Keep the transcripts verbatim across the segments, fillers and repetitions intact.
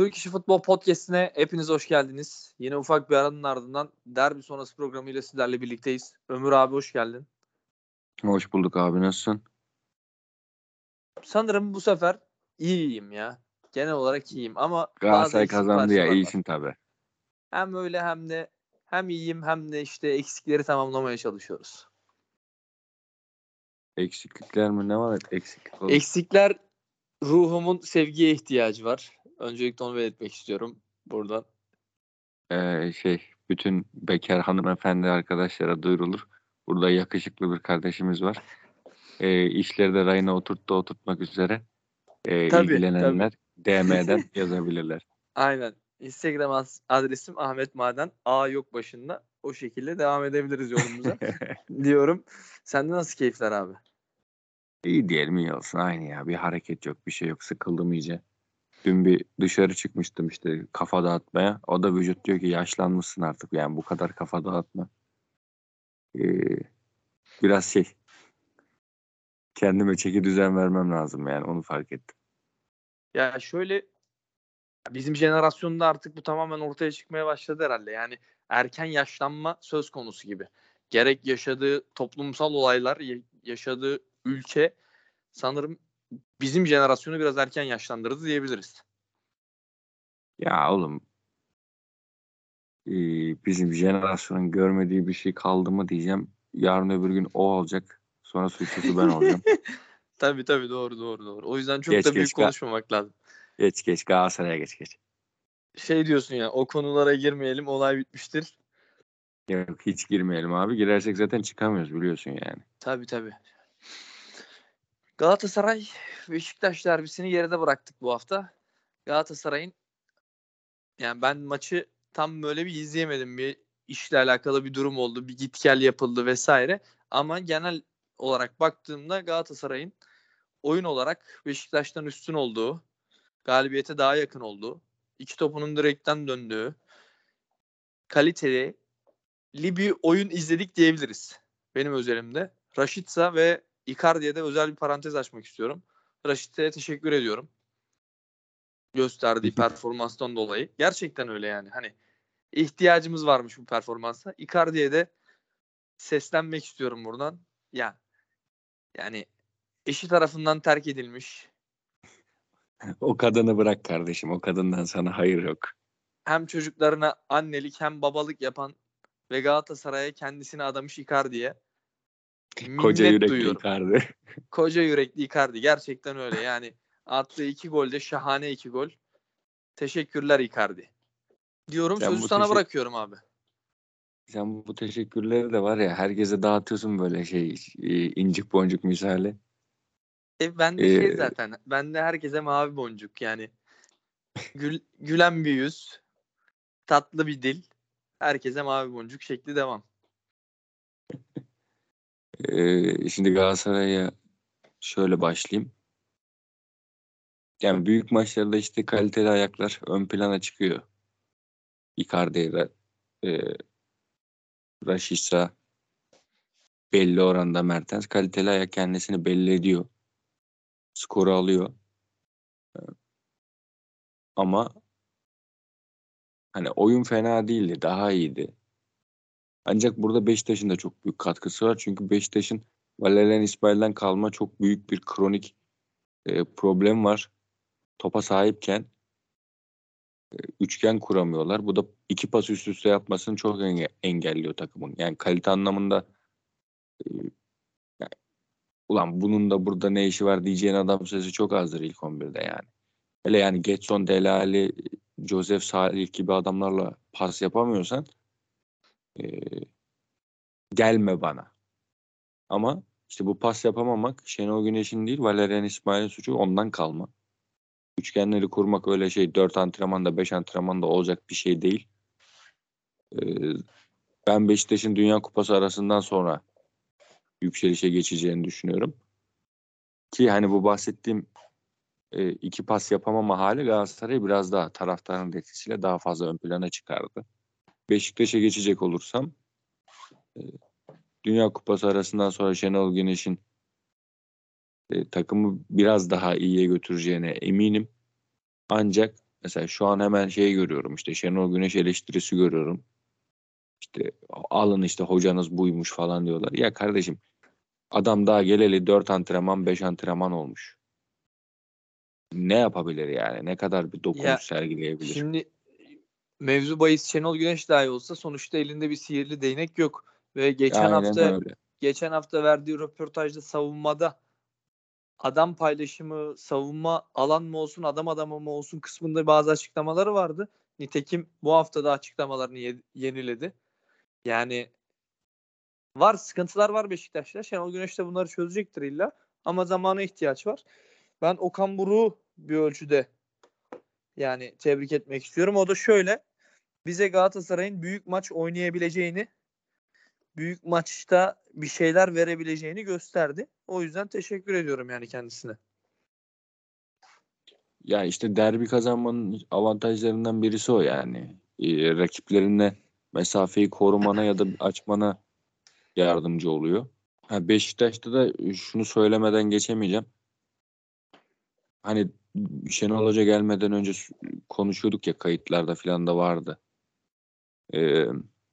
Türk İşi Futbol Podcast'ine hepiniz hoş geldiniz. Yine ufak bir aranın ardından derbi sonrası programıyla sizlerle birlikteyiz. Ömür abi hoş geldin. Hoş bulduk abi, nasılsın? Sanırım bu sefer iyiyim ya. Genel olarak iyiyim ama bazı Galatasaray eksik kazandı ya, parçalar var. iyisin tabii. Hem öyle hem de hem iyiyim hem de işte eksikleri tamamlamaya çalışıyoruz. Eksiklikler mi? Ne var eksiklik olur? Eksikler ruhumun sevgiye ihtiyacı var. Öncelikle onu belirtmek istiyorum buradan. Ee, şey, bütün bekar hanımefendi arkadaşlara duyurulur. Burada yakışıklı bir kardeşimiz var. Ee, işleri de rayına oturttu oturtmak üzere. Ee, Tabii tabii. ilgilenenler D M'den yazabilirler. Aynen. Instagram as- adresim Ahmet Maden. A yok başında. O şekilde devam edebiliriz yolumuza diyorum. Sende nasıl keyifler abi? İyi diyelim, iyi olsun. Aynı ya. Bir hareket yok, bir şey yok. Sıkıldım iyice. Dün bir dışarı çıkmıştım işte kafa dağıtmaya. O da vücut diyor ki yaşlanmışsın artık. Yani bu kadar kafa dağıtma. Ee, biraz şey, kendime çeki düzen vermem lazım, yani onu fark ettim. Ya şöyle bizim jenerasyonda artık bu tamamen ortaya çıkmaya başladı herhalde. Yani erken yaşlanma söz konusu gibi. Gerek yaşadığı toplumsal olaylar, ya- yaşadığı ülke sanırım bizim jenerasyonu biraz erken yaşlandırdı diyebiliriz. Ya oğlum, e, bizim jenerasyonun görmediği bir şey kaldı mı diyeceğim. Yarın öbür gün o olacak. Sonra suçlusu ben olacağım. Tabii tabii doğru doğru doğru. O yüzden çok Geç da büyük geç ga konuşmamak lazım. geç geç Galatasaray'a geç geç. Şey diyorsun ya, o konulara girmeyelim, olay bitmiştir. Yok, hiç girmeyelim abi. Girersek zaten çıkamıyoruz, biliyorsun yani. Tabii tabii. Galatasaray Beşiktaş derbisini geride bıraktık bu hafta. Galatasaray'ın, yani ben maçı tam böyle bir izleyemedim. Bir işle alakalı bir durum oldu. Bir git gel yapıldı vesaire. Ama genel olarak baktığımda Galatasaray'ın oyun olarak Beşiktaş'tan üstün olduğu, galibiyete daha yakın olduğu, iki topunun direkten döndüğü, kaliteli bir oyun izledik diyebiliriz. Benim özelimde. Rashica ve Icardi'ye de özel bir parantez açmak istiyorum. Rashica'ya teşekkür ediyorum. Gösterdiği performanstan dolayı. Gerçekten öyle yani. Hani ihtiyacımız varmış bu performansa. Icardi'ye de seslenmek istiyorum buradan. Ya yani eşi tarafından terk edilmiş. O kadını bırak kardeşim. O kadından sana hayır yok. Hem çocuklarına annelik hem babalık yapan ve Galatasaray'a kendisini adamış Icardi'ye Koca minnet yürekli duyuyorum. Icardi. Koca yürekli Icardi. Gerçekten öyle. Yani attığı iki golde şahane iki gol. Teşekkürler Icardi. Diyorum, Sen sözü bu sana teşekkür bırakıyorum abi. Sen bu teşekkürleri de var ya, herkese dağıtıyorsun böyle şey, e, incik boncuk misali. E ben de şey E, zaten. Ben de herkese mavi boncuk yani. Gül, gülen bir yüz. Tatlı bir dil. Herkese mavi boncuk şekli devam. e, Şimdi Galatasaray'a şöyle başlayayım. Yani büyük maçlarda işte kaliteli ayaklar ön plana çıkıyor. Icardi, e, Rashica, belli oranda Mertens. Kaliteli ayak kendisini belli ediyor. Skoru alıyor. Ama hani oyun fena değildi. Daha iyiydi. Ancak burada Beşiktaş'ın da çok büyük katkısı var. Çünkü Beşiktaş'ın Valerian İsmail'den kalma çok büyük bir kronik e, problem var. Topa sahipken üçgen kuramıyorlar. Bu da iki pas üst üste yapmasını çok enge- engelliyor takımın. Yani kalite anlamında, e, yani, ulan bunun da burada ne işi var diyeceğin adam sayısı çok azdır ilk on birde yani. Hele yani Getson, Dele Alli, Joseph Salih gibi adamlarla pas yapamıyorsan e, gelme bana. Ama işte bu pas yapamamak Şenol Güneş'in değil, Valerian İsmail'in suçu, ondan kalma. Üçgenleri kurmak öyle şey dört antrenmanda beş antrenmanda olacak bir şey değil. Ee, ben Beşiktaş'ın Dünya Kupası arasından sonra yükselişe geçeceğini düşünüyorum. Ki hani bu bahsettiğim e, iki pas yapamama hali Galatasaray'ı biraz daha taraftarın etkisiyle daha fazla ön plana çıkardı. Beşiktaş'a geçecek olursam e, Dünya Kupası arasından sonra Şenol Güneş'in e, takımı biraz daha iyiye götüreceğine eminim. Ancak Mesela şu an hemen şey görüyorum, işte Şenol Güneş eleştirisi görüyorum. İşte alın işte hocanız buymuş falan diyorlar. Ya kardeşim, adam daha geleli dört antrenman beş antrenman olmuş. Ne yapabilir yani? Ne kadar bir dokunuş Ya sergileyebilir? şimdi mevzu bahis Şenol Güneş dahi olsa sonuçta elinde bir sihirli değnek yok. Ve geçen Aynen hafta öyle. geçen hafta verdiği röportajda savunmada adam paylaşımı, savunma alan mı olsun, adam adamı mı olsun kısmında bazı açıklamaları vardı. Nitekim bu hafta da açıklamalarını ye- yeniledi. Yani var, sıkıntılar var Beşiktaş'ta. Şenol Güneş de bunları çözecektir illa. Ama zamana ihtiyaç var. Ben Okan Buruk'u bir ölçüde yani tebrik etmek istiyorum. O da şöyle: bize Galatasaray'ın büyük maç oynayabileceğini, büyük maçta bir şeyler verebileceğini gösterdi. O yüzden teşekkür ediyorum yani kendisine. Ya işte derbi kazanmanın avantajlarından birisi o yani. Ee, rakiplerine mesafeyi korumana ya da açmana yardımcı oluyor. Ha, Beşiktaş'ta da şunu söylemeden geçemeyeceğim. Hani Şenol Hoca gelmeden önce s- konuşuyorduk ya, kayıtlarda falan da vardı. Ee,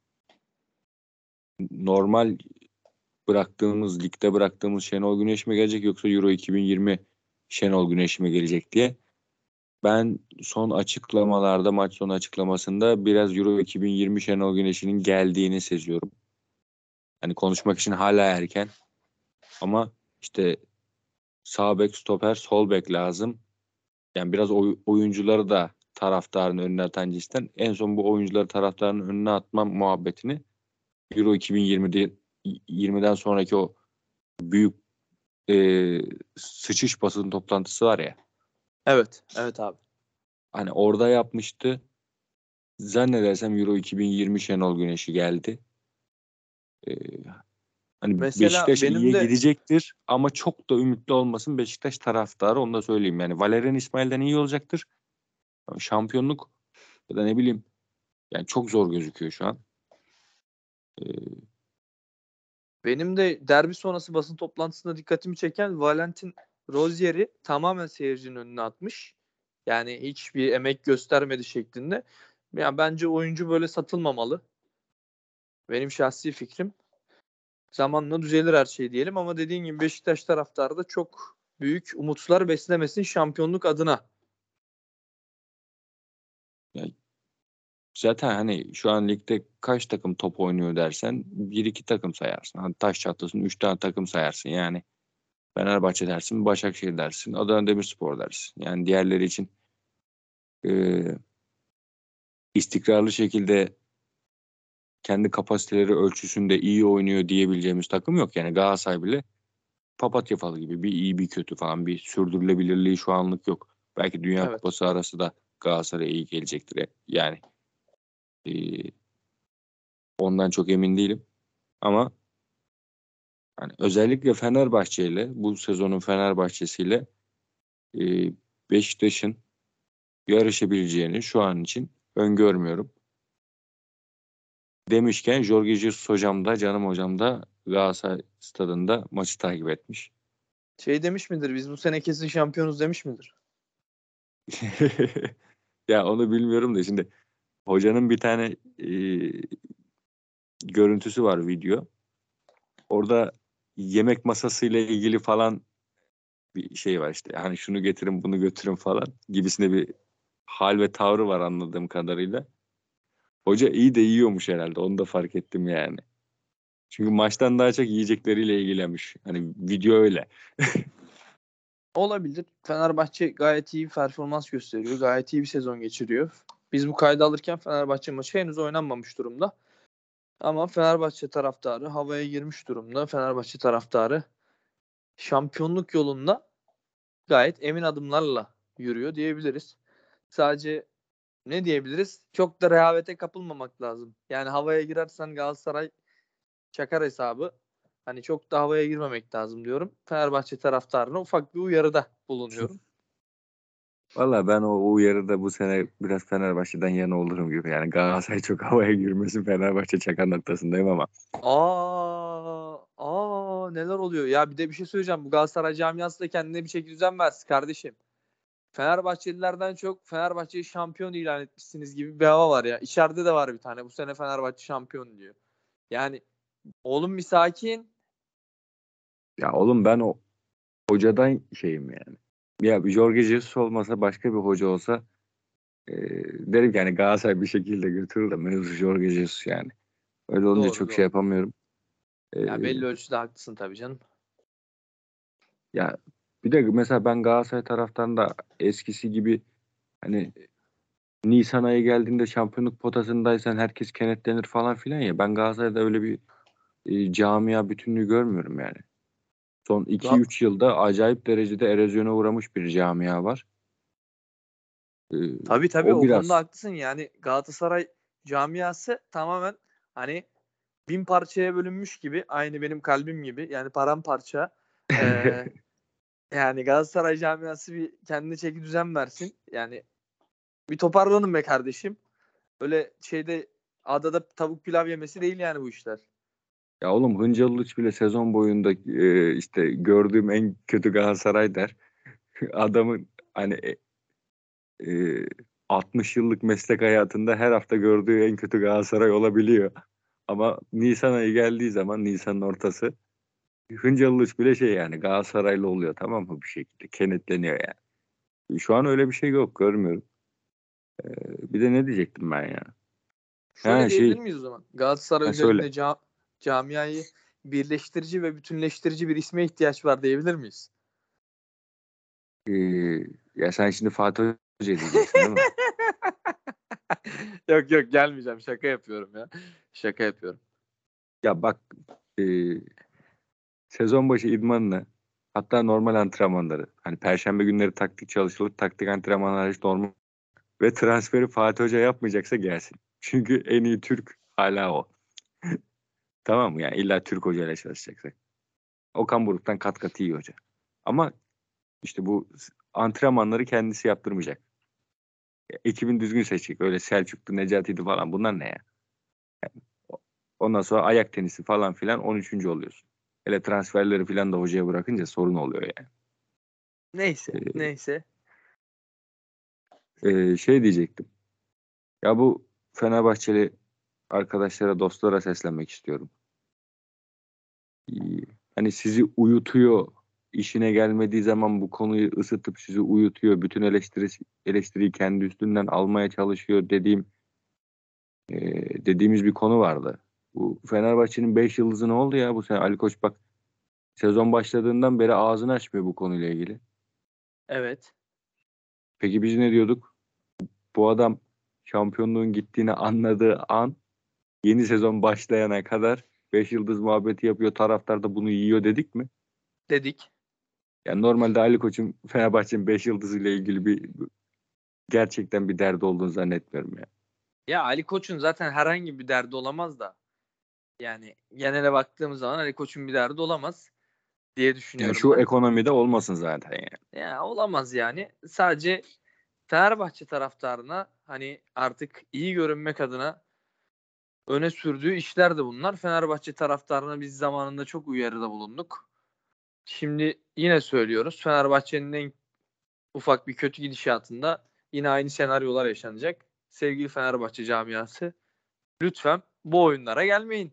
Normal bıraktığımız, ligde bıraktığımız Şenol Güneş mi gelecek yoksa Euro iki bin yirmi Şenol Güneş mi gelecek diye. Ben son açıklamalarda, maç sonu açıklamasında biraz Euro iki bin yirmi Şenol Güneş'in geldiğini seziyorum. Hani konuşmak için hala erken ama işte sağ bek, stoper, sol bek lazım. Yani biraz oy- oyuncuları da taraftarın önüne atan cinsten. En son bu oyuncuları taraftarın önüne atma muhabbetini Euro iki bin yirmide yirmiden sonraki o büyük e, sıçış basın toplantısı var ya. Evet, evet abi. Hani orada yapmıştı. Zannedersem Euro iki bin yirmi Şenol Güneş'i geldi. E, Hani Mesela Beşiktaş benim iyiye de gidecektir ama çok da ümitli olmasın Beşiktaş taraftarı, onu da söyleyeyim. Yani Valerian İsmail'den iyi olacaktır. Ama şampiyonluk ya da ne bileyim, yani çok zor gözüküyor şu an. E, benim de derbi sonrası basın toplantısında dikkatimi çeken Valentin Rozier'i tamamen seyircinin önüne atmış. Yani hiçbir emek göstermedi şeklinde. Ya bence oyuncu böyle satılmamalı. Benim şahsi fikrim. Zamanla düzelir her şey diyelim ama dediğin gibi Beşiktaş taraftarı da çok büyük umutlar beslemesin şampiyonluk adına. Yani zaten hani şu an ligde kaç takım top oynuyor dersen bir iki takım sayarsın. Hani taş çatlasın üç tane takım sayarsın. Yani Fenerbahçe dersin, Başakşehir dersin, Adana Demirspor dersin. Yani diğerleri için e, istikrarlı şekilde kendi kapasiteleri ölçüsünde iyi oynuyor diyebileceğimiz takım yok. Yani Galatasaray bile papatya falı gibi, bir iyi bir kötü falan, bir sürdürülebilirliği şu anlık yok. Belki Dünya Evet. Kupası arası da Galatasaray'a iyi gelecektir. Yani e, ondan çok emin değilim. Ama hani özellikle Fenerbahçe ile, bu sezonun Fenerbahçesiyle e, Beşiktaş'ın yarışabileceğini şu an için öngörmüyorum. Demişken Jorge Jesus hocam da, canım hocam da Galatasaray stadında maçı takip etmiş. Şey demiş midir? Biz bu sene kesin şampiyonuz demiş midir? Ya onu bilmiyorum da şimdi hocanın bir tane e, görüntüsü var, video. Orada yemek masasıyla ilgili falan bir şey var işte. Hani şunu getirin bunu götürün falan gibisinde bir hal ve tavrı var anladığım kadarıyla. Hoca iyi de yiyormuş herhalde. Onu da fark ettim yani. Çünkü maçtan daha çok yiyecekleriyle ilgilenmiş. Hani video öyle. Olabilir. Fenerbahçe gayet iyi bir performans gösteriyor. Gayet iyi bir sezon geçiriyor. Biz bu kaydı alırken Fenerbahçe maçı henüz oynanmamış durumda. Ama Fenerbahçe taraftarı havaya girmiş durumda. Fenerbahçe taraftarı şampiyonluk yolunda gayet emin adımlarla yürüyor diyebiliriz. Sadece ne diyebiliriz? Çok da rehavete kapılmamak lazım. Yani havaya girersen Galatasaray çakar hesabı. Hani çok da havaya girmemek lazım diyorum. Fenerbahçe taraftarına ufak bir uyarıda bulunuyorum. Valla ben o, o uyarıda bu sene biraz Fenerbahçe'den yana olurum gibi. Yani Galatasaray çok havaya girmesin, Fenerbahçe çakar noktasındayım ama. Aa, aa neler oluyor? Ya bir de bir şey söyleyeceğim. Bu Galatasaray camiası da kendine bir çeki düzen versin kardeşim. Fenerbahçelilerden çok Fenerbahçe'yi şampiyon ilan etmişsiniz gibi bir hava var ya. İçeride de var bir tane. Bu sene Fenerbahçe şampiyon diyor. Yani oğlum bir sakin. Ya oğlum ben o hocadan şeyim yani. Ya bir Jorge Jesus olmasa başka bir hoca olsa e, derim ki yani Galatasaray bir şekilde götürür de mevzu Jorge Jesus yani. Öyle olunca Doğru çok şey doğru. yapamıyorum. E, Ya belli ölçüde haklısın tabii canım. Ya bir de mesela ben Galatasaray taraftarında eskisi gibi hani Nisan ayı geldiğinde şampiyonluk potasındaysan herkes kenetlenir falan filan ya. Ben Galatasaray'da öyle bir e, camia bütünlüğü görmüyorum yani. Son iki Ga- üç yılda acayip derecede erozyona uğramış bir camia var. E, tabii tabii O o konuda biraz haklısın. Yani Galatasaray camiası tamamen hani bin parçaya bölünmüş gibi. Aynı benim kalbim gibi. Yani paramparça. Ee, yani Galatasaray camiası bir kendine çeki düzen versin. Yani bir toparlanın be kardeşim. Öyle şeyde adada tavuk pilav yemesi değil yani bu işler. ya oğlum Hıncalı Uluç bile sezon boyunda e, işte gördüğüm en kötü Galatasaray der. Adamın hani e, e, altmış yıllık meslek hayatında her hafta gördüğü en kötü Galatasaray olabiliyor. Ama Nisan ayı geldiği zaman Nisan'ın ortası Hıncalı Uluç bile şey yani Galatasaraylı oluyor tamam mı bir şekilde kenetleniyor yani. Şu an öyle bir şey yok görmüyorum. Bir de ne diyecektim ben ya? Şöyle Ha diyebilir şey miyiz o zaman? Galatasaray ha söyle. özelinde ca- camiayı birleştirici ve bütünleştirici bir isme ihtiyaç var diyebilir miyiz? Ee, Ya sen şimdi Fatih Hoca diyeceksin değil mi? Yok yok gelmeyeceğim. Şaka yapıyorum ya. Şaka yapıyorum. Ya bak e, sezon başı idmanını hatta normal antrenmanları hani Perşembe günleri taktik çalışılır taktik antrenmanlar hiç normal ve transferi Fatih Hoca yapmayacaksa gelsin. Çünkü en iyi Türk hala o. Tamam mı? Yani illa Türk Hoca ile çalışacaksak. Okan Buruk'tan kat kat iyi hoca. Ama işte bu antrenmanları kendisi yaptırmayacak. Ekibin düzgün seçecek. Öyle Selçuk'tu, Necati'ydi falan. Bunlar ne ya? Ondan sonra ayak tenisi falan filan on üçüncü oluyorsun. Hele transferleri filan da hocaya bırakınca sorun oluyor yani. Neyse. Neyse. Ee, e, şey diyecektim. Ya bu Fenerbahçeli arkadaşlara, dostlara seslenmek istiyorum. Ee, Hani sizi uyutuyor, işine gelmediği zaman bu konuyu ısıtıp sizi uyutuyor, bütün eleştiri, eleştiriyi kendi üstünden almaya çalışıyor dediğim e, dediğimiz bir konu vardı. Bu Fenerbahçe'nin beş yıldızı ne oldu ya bu sene? Ali Koç bak sezon başladığından beri ağzını açmıyor bu konuyla ilgili. Evet. Peki biz ne diyorduk? Bu adam şampiyonluğun gittiğini anladığı an yeni sezon başlayana kadar beş yıldız muhabbeti yapıyor. Taraftar da bunu yiyor dedik mi? Dedik. Yani normalde Ali Koç'un Fenerbahçe'nin beş yıldızıyla ilgili bir gerçekten bir derdi olduğunu zannetmiyorum ya. Ya Ali Koç'un zaten herhangi bir derdi olamaz da. Yani genele baktığımız zaman Ali Koç'un bir derdi olamaz diye Yani düşünüyorum şu ben. ekonomide olmasın zaten yani. Ya olamaz yani. Sadece Fenerbahçe taraftarına hani artık iyi görünmek adına öne sürdüğü işler de bunlar. Fenerbahçe taraftarına biz zamanında çok uyarıda bulunduk. Şimdi yine söylüyoruz. Fenerbahçe'nin en ufak bir kötü gidişatında yine aynı senaryolar yaşanacak. Sevgili Fenerbahçe camiası, lütfen bu oyunlara gelmeyin.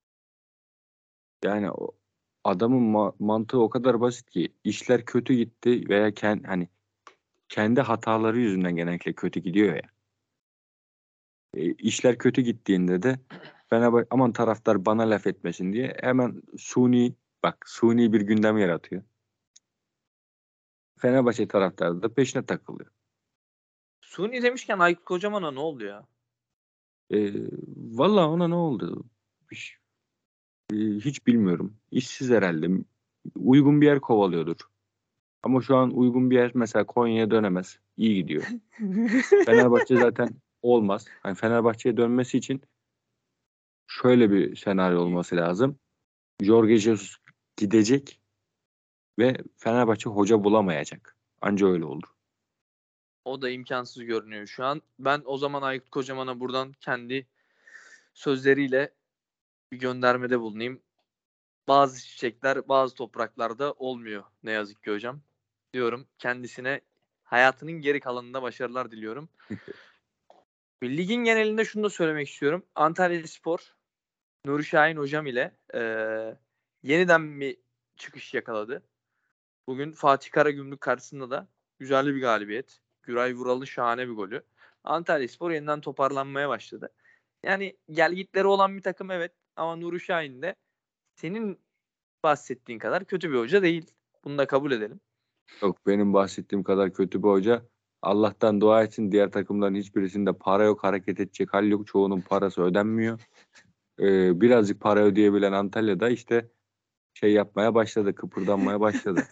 Yani o adamın ma- mantığı o kadar basit ki işler kötü gitti veya kend, hani kendi hataları yüzünden genellikle kötü gidiyor ya. E, işler kötü gittiğinde de Fenerbahçe aman taraftar bana laf etmesin diye hemen suni bak suni bir gündem yaratıyor. Fenerbahçe taraftarı da peşine takılıyor. Suni demişken Aykut Kocaman'a ne oldu ya? E, Valla ona ne oldu? Hiç, e, hiç bilmiyorum. İşsiz herhalde. Uygun bir yer kovalıyordur. Ama şu an uygun bir yer mesela Konya'ya dönemez. İyi gidiyor. Fenerbahçe zaten olmaz. Hani Fenerbahçe'ye dönmesi için şöyle bir senaryo olması lazım. Jorge Jesus gidecek ve Fenerbahçe hoca bulamayacak. Anca öyle olur. O da imkansız görünüyor şu an. Ben o zaman Aykut Kocaman'a buradan kendi sözleriyle bir göndermede bulunayım. Bazı çiçekler bazı topraklarda olmuyor ne yazık ki hocam. Diyorum kendisine hayatının geri kalanında başarılar diliyorum. Ligin genelinde şunu da söylemek istiyorum. Antalyaspor Nuri Şahin hocam ile e, yeniden bir çıkış yakaladı. Bugün Fatih Karagümrük karşısında da güzel bir galibiyet. Güray Vural'ın şahane bir golü. Antalyaspor yeniden toparlanmaya başladı. Yani gelgitleri olan bir takım evet, ama Nuri Şahin de senin bahsettiğin kadar kötü bir hoca değil. Bunu da kabul edelim. Yok, benim bahsettiğim kadar kötü bir hoca. Allah'tan dua etsin, diğer takımların hiçbirisinde para yok, hareket edecek hal yok. Çoğunun parası ödenmiyor. Ee, birazcık para ödeyebilen Antalya'da işte şey yapmaya başladı, kıpırdanmaya başladı.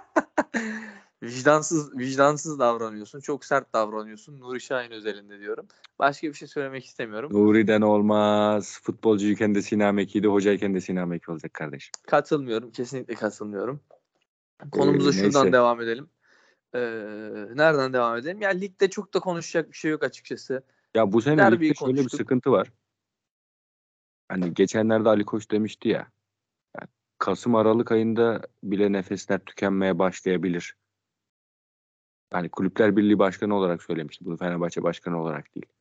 Vicdansız vicdansız davranıyorsun. Çok sert davranıyorsun. Nuri Şahin özelinde diyorum. Başka bir şey söylemek istemiyorum. Nuri'den olmaz. Futbolcuyken de sinamekiydi, hocayken de sinameki olacak kardeşim. Katılmıyorum. Kesinlikle katılmıyorum. Ee, Konumuza şuradan neyse. devam edelim. Ee, nereden devam edelim? Ya ligde çok da konuşacak bir şey yok açıkçası. Ya bu sene Derbiyi ligde şöyle bir konuştuk. sıkıntı var. Hani geçenlerde Ali Koç demişti ya. Yani Kasım Aralık ayında bile nefesler tükenmeye başlayabilir. Hani Kulüpler Birliği Başkanı olarak söylemişti. Bunu Fenerbahçe Başkanı olarak değil.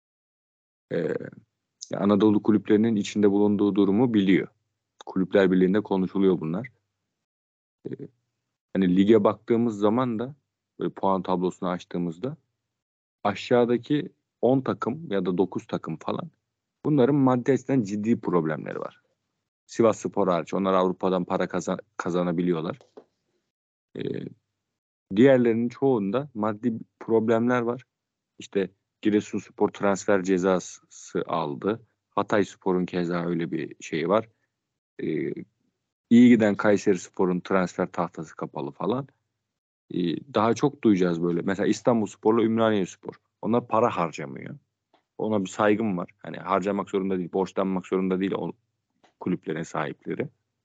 Ee, Anadolu kulüplerinin içinde bulunduğu durumu biliyor. Kulüpler Birliği'nde konuşuluyor bunlar. Ee, hani lige baktığımız zaman da böyle puan tablosunu açtığımızda aşağıdaki on takım ya da dokuz takım falan, bunların maddi açıdan ciddi problemleri var. Sivasspor hariç. Onlar Avrupa'dan para kazan kazanabiliyorlar. Ee, diğerlerinin çoğunda maddi problemler var. İşte Giresunspor transfer cezası aldı. Hatayspor'un keza öyle bir şeyi var. Ee, iyi giden Kayserispor'un transfer tahtası kapalı falan. Ee, daha çok duyacağız böyle. Mesela İstanbulspor'la Ümraniyespor. Onlar para harcamıyor. Ona bir saygım var. Hani harcamak zorunda değil, borçlanmak zorunda değil o kulüplerin sahipleri.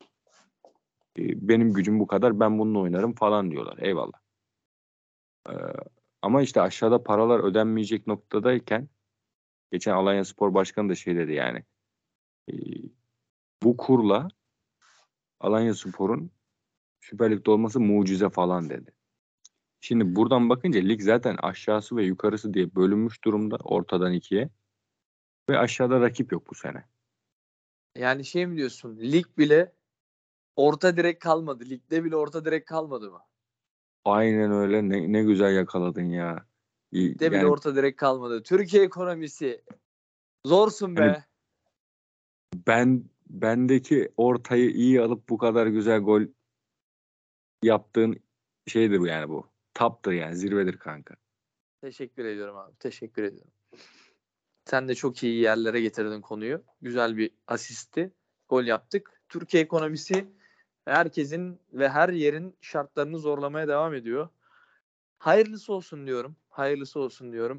Ee, benim gücüm bu kadar, ben bununla oynarım falan diyorlar. Eyvallah. Ee, ama işte aşağıda paralar ödenmeyecek noktadayken geçen Alanya Spor Başkanı da şey dedi yani. e, bu kurla Alanyaspor'un Süper Lig'de olması mucize falan dedi. Şimdi buradan bakınca lig zaten aşağısı ve yukarısı diye bölünmüş durumda ortadan ikiye. Ve aşağıda rakip yok bu sene. Yani şey mi diyorsun? Lig bile orta direk kalmadı. Ligde bile orta direk kalmadı mı? Aynen öyle. Ne, ne güzel yakaladın ya. İyi- Ligde bile Yani orta direk kalmadı. Türkiye ekonomisi zorsun hani be. ben bendeki ortayı iyi alıp bu kadar güzel gol yaptığın şeydir bu yani bu. Taptır yani, zirvedir kanka. Teşekkür ediyorum abi. Teşekkür ediyorum. Sen de çok iyi yerlere getirdin konuyu. Güzel bir asisti. Gol yaptık. Türkiye ekonomisi herkesin ve her yerin şartlarını zorlamaya devam ediyor. Hayırlısı olsun diyorum. Hayırlısı olsun diyorum.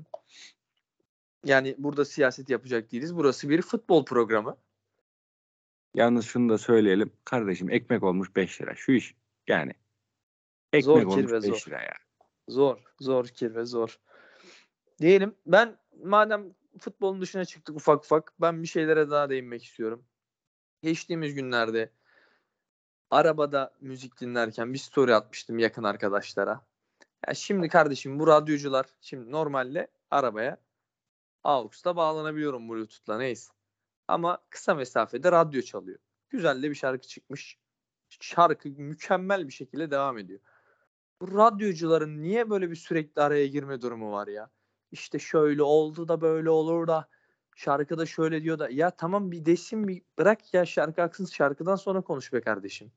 Yani burada siyaset yapacak değiliz. Burası bir futbol programı. Yalnız şunu da söyleyelim. Kardeşim, ekmek olmuş beş lira. Şu iş yani. Zor Ekmek olmuş kirve beş zor. lira ya. Zor. Zor kirve zor. Diyelim ben madem futbolun dışına çıktık ufak ufak, ben bir şeylere daha değinmek istiyorum. Geçtiğimiz günlerde arabada müzik dinlerken bir story atmıştım yakın arkadaşlara. Ya şimdi kardeşim bu radyocular şimdi normalde arabaya AUX'la bağlanabiliyorum, Bluetooth'la neyse. Ama kısa mesafede radyo çalıyor. Güzel de bir şarkı çıkmış. Şarkı mükemmel bir şekilde devam ediyor. Bu radyocuların niye böyle bir sürekli araya girme durumu var ya? İşte şöyle oldu da böyle olur da şarkıda şöyle diyor da, ya tamam bir desin, bir bırak ya, şarkı haksız, şarkıdan sonra konuş be kardeşim.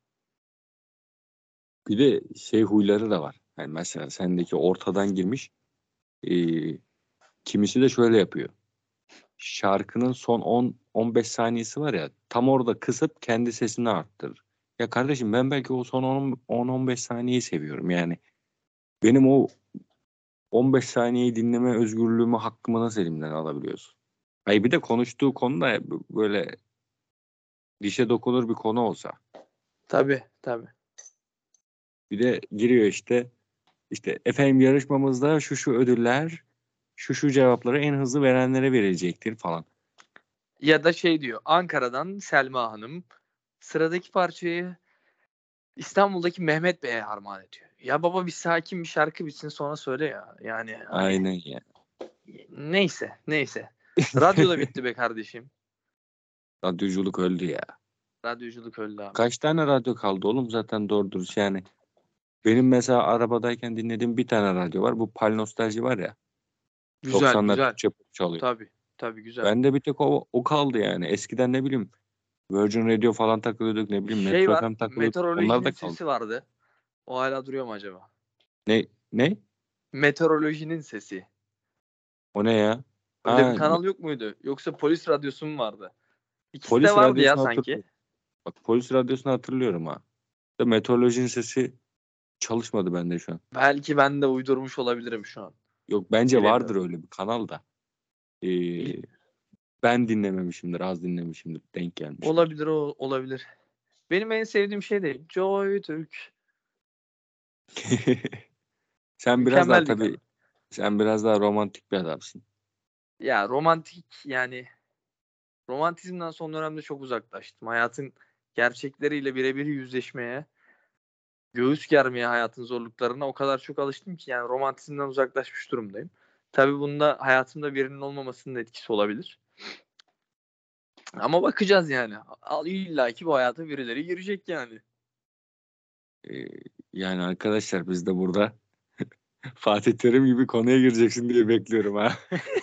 Bir de şey huyları da var. Yani mesela sendeki ortadan girmiş. e, kimisi de şöyle yapıyor. Şarkının son on on beş saniyesi var ya, tam orada kısıp kendi sesini arttırır. Ya kardeşim, ben belki o son on on beş saniyeyi seviyorum yani. Benim o on beş saniyeyi dinleme özgürlüğümü, hakkımı nasıl elimden alabiliyorsun? Ay bir de konuştuğu konu da böyle dişe dokunur bir konu olsa. Tabii tabii. Bir de giriyor işte işte efendim yarışmamızda şu şu ödüller, şu şu cevapları en hızlı verenlere verilecektir falan. Ya da şey diyor, Ankara'dan Selma Hanım sıradaki parçayı İstanbul'daki Mehmet Bey'e armağan ediyor. Ya baba bir sakin bir şarkı bitsin sonra söyle ya. Yani hani, Aynen ya. neyse neyse. Radyo da bitti be kardeşim. Radyoculuk öldü ya. Radyoculuk öldü abi. Kaç tane radyo kaldı oğlum zaten doğru dürüst yani. Benim mesela arabadayken dinlediğim bir tane radyo var. Bu Pal Nostalji var ya. Güzel doksanlar güzel. Türkçe pop çalıyor. Tabii tabii güzel. Bende bir tek o, o kaldı yani. Eskiden ne bileyim Virgin Radio falan takılıyorduk, ne bileyim Şey Metro var, F M takılıyorduk. Onlar meteorolojinin da kaldı. sesi vardı. O hala duruyor mu acaba? Ne? Ne? Meteorolojinin sesi. O ne ya? Öyle bir Ha, me- kanal yok muydu? Yoksa polis radyosu mu vardı? İkisi de polis vardı ya radyosunu sanki. hatırlıyorum. Bak polis radyosunu hatırlıyorum ha. Da meteorolojinin sesi çalışmadı bende şu an. Belki ben de uydurmuş olabilirim şu an. Yok bence vardır Bilemiyorum. öyle bir kanal da. Ee, Bil- ben dinlememişimdir, az dinlemişimdir, denk gelmişimdir. olabilir o olabilir. Benim en sevdiğim şey de Joy Türk. Sen biraz daha Mükemmel bir kanal. tabii, sen biraz daha romantik bir adamsın. Ya romantik yani romantizmden son dönemde çok uzaklaştım. Hayatın gerçekleriyle birebir yüzleşmeye, göğüs germeye hayatın zorluklarına o kadar çok alıştım ki yani romantizmden uzaklaşmış durumdayım. Tabii bunda hayatımda birinin olmamasının etkisi olabilir. Ama bakacağız yani. İlla ki bu hayata birileri girecek yani. Ee, yani arkadaşlar biz de burada Fatih Terim gibi konuya gireceksin diye bekliyorum ha.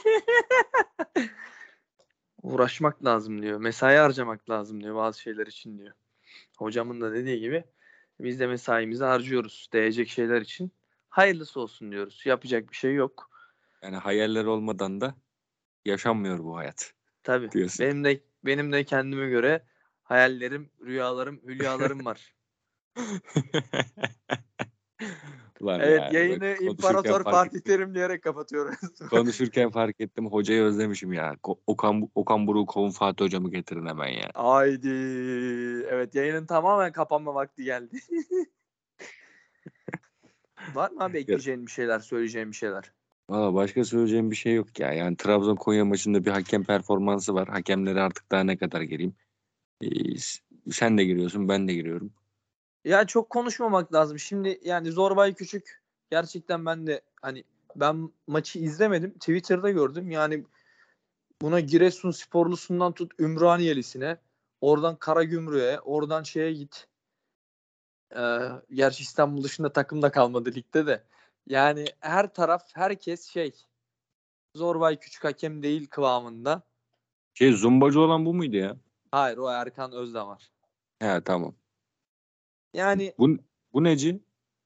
Uğraşmak lazım diyor. Mesai harcamak lazım diyor bazı şeyler için diyor. Hocamın da dediği gibi biz de mesaimizi harcıyoruz değecek şeyler için. Hayırlısı olsun diyoruz. Yapacak bir şey yok. Yani hayaller olmadan da yaşanmıyor bu hayat Tabii. diyorsun. Benim de benim de kendime göre hayallerim, rüyalarım, hülyalarım var. Ulan Evet, ya bak, yayını konuşurken İmparator fark Fatih ettim. Terim diyerek kapatıyoruz. Konuşurken fark ettim. Hocayı özlemişim ya. Ko- Okan, Okan Buruk'u kovun, Fatih hocamı getirin hemen ya. Haydi. Evet, yayının tamamen kapanma vakti geldi. Var mı abi Ya, ekleyeceğin bir şeyler, söyleyeceğin bir şeyler? valla başka söyleyeceğim bir şey yok ya. Yani Trabzon Konya maçında bir hakem performansı var. Hakemleri artık daha ne kadar gireyim. Ee, s- sen de giriyorsun, ben de giriyorum. Ya çok konuşmamak lazım. Şimdi yani Zorbay Küçük gerçekten ben de hani ben maçı izlemedim. Twitter'da gördüm. Yani buna Giresunsporlusundan tut Ümraniyelisine, oradan Karagümrük'e, oradan şeye git. Ee, gerçi İstanbul dışında takım da kalmadı ligde de. Yani her taraf herkes şey Zorbay Küçük hakem değil kıvamında. Şey zumbacı olan bu muydu ya? Hayır o Erkan Özdamar. He tamam. Yani Bu, bu neci?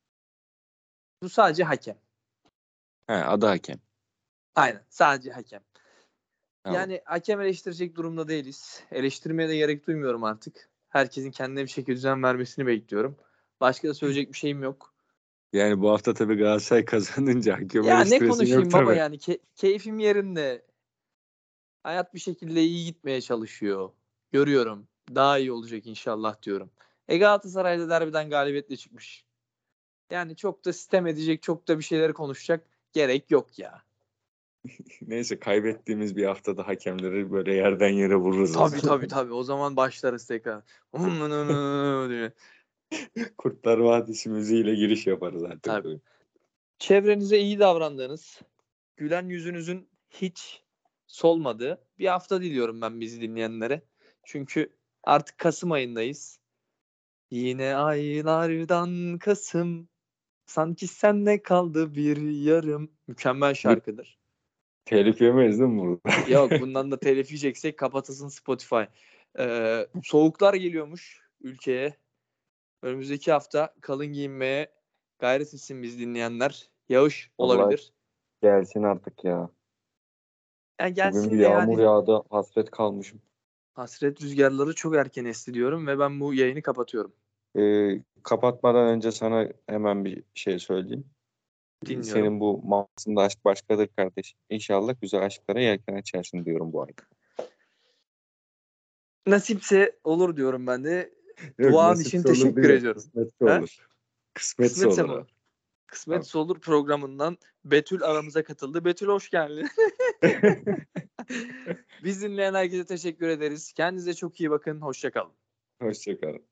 bu sadece hakem. He adı hakem. Aynen sadece hakem. Tamam. Yani hakem eleştirecek durumda değiliz. Eleştirmeye de gerek duymuyorum artık. Herkesin kendine bir şekilde düzen vermesini bekliyorum. Başka da söyleyecek bir şeyim yok. Yani bu hafta tabii Galatasaray kazanınca hakem Ya ne eleştiresin yok konuşayım baba tabii. yani ke- keyfim yerinde. Hayat bir şekilde iyi gitmeye çalışıyor. Görüyorum. Daha iyi olacak inşallah diyorum. E Galatasaray'da derbiden galibiyetle çıkmış. Yani çok da sitem edecek, çok da bir şeyleri konuşacak gerek yok ya. Neyse kaybettiğimiz bir haftada hakemleri böyle yerden yere vururuz o Tabii zaman. tabii tabii. O zaman başlarız tekrar. diye. Kurtlar Vadisi müziğiyle giriş yaparız artık. Tabii. Çevrenize iyi davrandığınız, gülen yüzünüzün hiç solmadığı bir hafta diliyorum ben bizi dinleyenlere. Çünkü artık Kasım ayındayız. Yine aylardan Kasım, sanki senle kaldı bir yarım. Mükemmel Bir şarkıdır. telif yemeyiz değil mi burada? Yok bundan da telif yiyeceksek kapatasın Spotify. Ee, soğuklar geliyormuş ülkeye. Önümüzdeki hafta kalın giyinmeye gayret etsin biz dinleyenler. Yağış Allah olabilir. gelsin artık ya. Yani Bugün bir gelsin de yağmur yani yağdı. Hasret kalmışım. hasret rüzgarları çok erken esti diyorum ve ben bu yayını kapatıyorum. Ee, kapatmadan önce sana hemen bir şey söyleyeyim. Ee, Dinliyorum. Senin bu mağazında aşk başkadır kardeşim. İnşallah güzel aşklara yelken açarsın diyorum bu ay. Nasipse olur diyorum ben de. Yok Duan için nasipse olur teşekkür değil de ediyorum. kısmetse He? olur. Kısmetse Kısmetse olur mi abi. olur? Kısmetse olur programından Betül aramıza katıldı. Betül hoş geldin. Biz dinleyen herkese teşekkür ederiz. Kendinize çok iyi bakın. Hoşça kalın. Hoşça kalın.